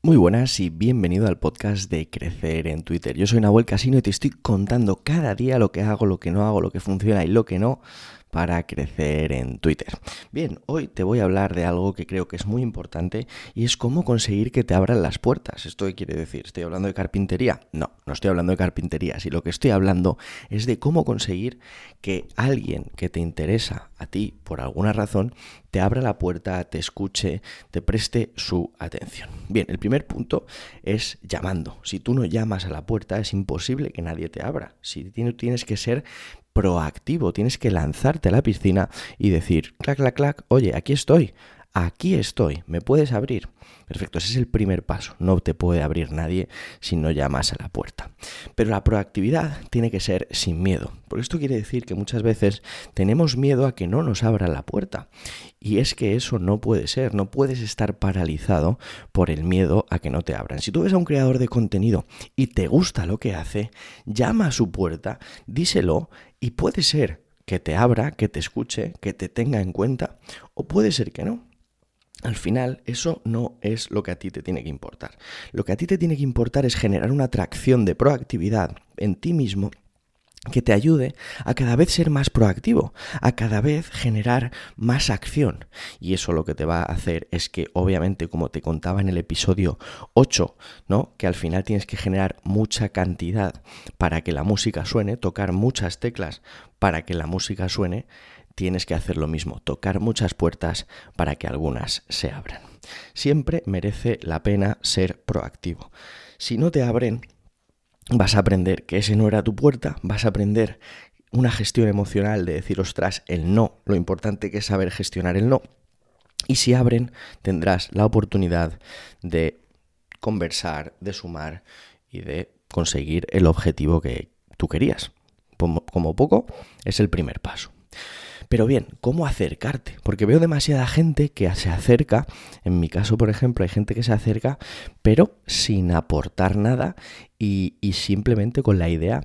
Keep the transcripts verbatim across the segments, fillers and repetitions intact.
Muy buenas y bienvenido al podcast de Crecer en Twitter. Yo soy Nahuel Casino y te estoy contando cada día lo que hago, lo que no hago, lo que funciona y lo que no para crecer en Twitter. Bien, hoy te voy a hablar de algo que creo que es muy importante y es cómo conseguir que te abran las puertas. ¿Esto qué quiere decir? ¿Estoy hablando de carpintería? No, no estoy hablando de carpintería. Si lo que estoy hablando es de cómo conseguir que alguien que te interesa a ti por alguna razón te abra la puerta, te escuche, te preste su atención. Bien, el primer punto es llamando. Si tú no llamas a la puerta es imposible que nadie te abra. Si tienes que ser proactivo, tienes que lanzarte a la piscina y decir, clac, clac, clac, oye, aquí estoy, aquí estoy, ¿me puedes abrir? Perfecto, ese es el primer paso, no te puede abrir nadie si no llamas a la puerta. Pero la proactividad tiene que ser sin miedo, porque esto quiere decir que muchas veces tenemos miedo a que no nos abran la puerta. Y es que eso no puede ser, no puedes estar paralizado por el miedo a que no te abran. Si tú ves a un creador de contenido y te gusta lo que hace, llama a su puerta, díselo y puede ser que te abra, que te escuche, que te tenga en cuenta, o puede ser que no. Al final, eso no es lo que a ti te tiene que importar. Lo que a ti te tiene que importar es generar una atracción de proactividad en ti mismo que te ayude a cada vez ser más proactivo, a cada vez generar más acción. Y eso lo que te va a hacer es que, obviamente, como te contaba en el episodio ocho, ¿no? Que al final tienes que generar mucha cantidad para que la música suene, tocar muchas teclas para que la música suene, tienes que hacer lo mismo, tocar muchas puertas para que algunas se abran. Siempre merece la pena ser proactivo. Si no te abren, vas a aprender que ese no era tu puerta, vas a aprender una gestión emocional de decir, ostras, el no, lo importante que es saber gestionar el no. Y si abren, tendrás la oportunidad de conversar, de sumar y de conseguir el objetivo que tú querías. Como, como poco, es el primer paso. Pero bien, ¿cómo acercarte? Porque veo demasiada gente que se acerca, en mi caso, por ejemplo, hay gente que se acerca, pero sin aportar nada y, y simplemente con la idea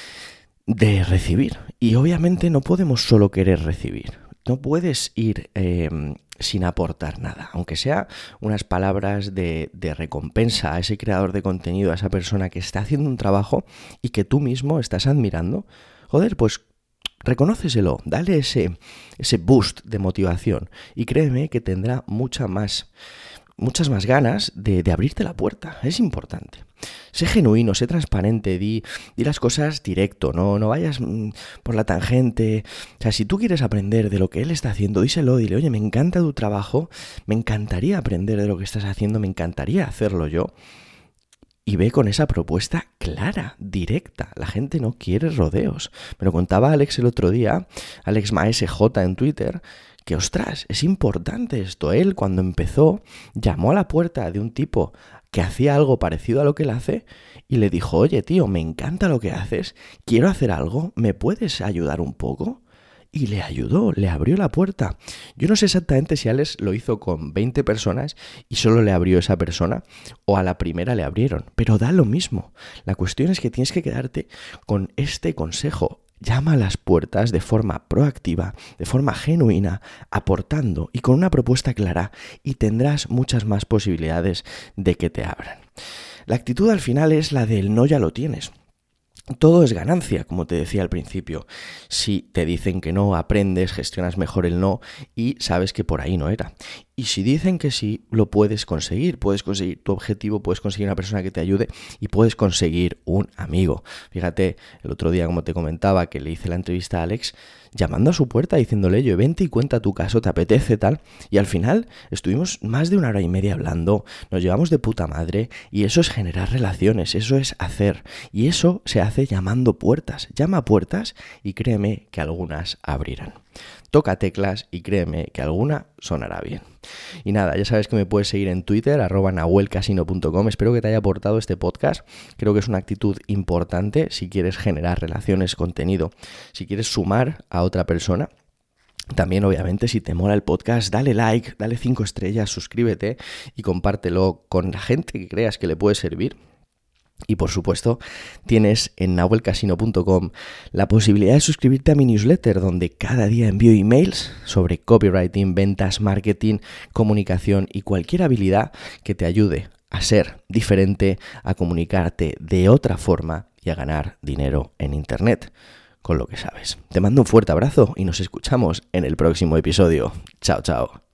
de recibir. Y obviamente no podemos solo querer recibir. No puedes ir eh, sin aportar nada, aunque sea unas palabras de, de recompensa a ese creador de contenido, a esa persona que está haciendo un trabajo y que tú mismo estás admirando. Joder, pues reconóceselo, dale ese, ese boost de motivación y créeme que tendrá mucha más, muchas más ganas de, de abrirte la puerta. Es importante. Sé genuino, sé transparente, di, di las cosas directo, no, no vayas mmm, por la tangente. O sea, si tú quieres aprender de lo que él está haciendo, díselo, dile, oye, me encanta tu trabajo, me encantaría aprender de lo que estás haciendo, me encantaría hacerlo yo. Y ve con esa propuesta clara, directa. La gente no quiere rodeos. Me lo contaba Alex el otro día, Alex Maese J en Twitter, que ostras, es importante esto. Él cuando empezó llamó a la puerta de un tipo que hacía algo parecido a lo que él hace y le dijo, oye tío, me encanta lo que haces, quiero hacer algo, ¿me puedes ayudar un poco? Y le ayudó, le abrió la puerta. Yo no sé exactamente si Alex lo hizo con veinte personas y solo le abrió esa persona o a la primera le abrieron, pero da lo mismo. La cuestión es que tienes que quedarte con este consejo. Llama a las puertas de forma proactiva, de forma genuina, aportando y con una propuesta clara y tendrás muchas más posibilidades de que te abran. La actitud al final es la del no ya lo tienes. Todo es ganancia, como te decía al principio. Si te dicen que no, aprendes, gestionas mejor el no y sabes que por ahí no era. Y si dicen que sí, lo puedes conseguir. Puedes conseguir tu objetivo, puedes conseguir una persona que te ayude y puedes conseguir un amigo. Fíjate, el otro día, como te comentaba, que le hice la entrevista a Alex, llamando a su puerta, diciéndole, yo vente y cuenta tu caso, te apetece, tal. Y al final estuvimos más de una hora y media hablando, nos llevamos de puta madre y eso es generar relaciones, eso es hacer. Y eso se hace llamando puertas. Llama a puertas y créeme que algunas abrirán. Toca teclas y créeme que alguna sonará bien. Y nada, ya sabes que me puedes seguir en Twitter, arroba nahuel casino punto com. Espero que te haya aportado este podcast. Creo que es una actitud importante si quieres generar relaciones, contenido, si quieres sumar a otra persona. También, obviamente, si te mola el podcast, dale like, dale cinco estrellas, suscríbete y compártelo con la gente que creas que le puede servir. Y por supuesto, tienes en nahuel casino punto com la posibilidad de suscribirte a mi newsletter, donde cada día envío emails sobre copywriting, ventas, marketing, comunicación y cualquier habilidad que te ayude a ser diferente, a comunicarte de otra forma y a ganar dinero en Internet con lo que sabes. Te mando un fuerte abrazo y nos escuchamos en el próximo episodio. Chao, chao.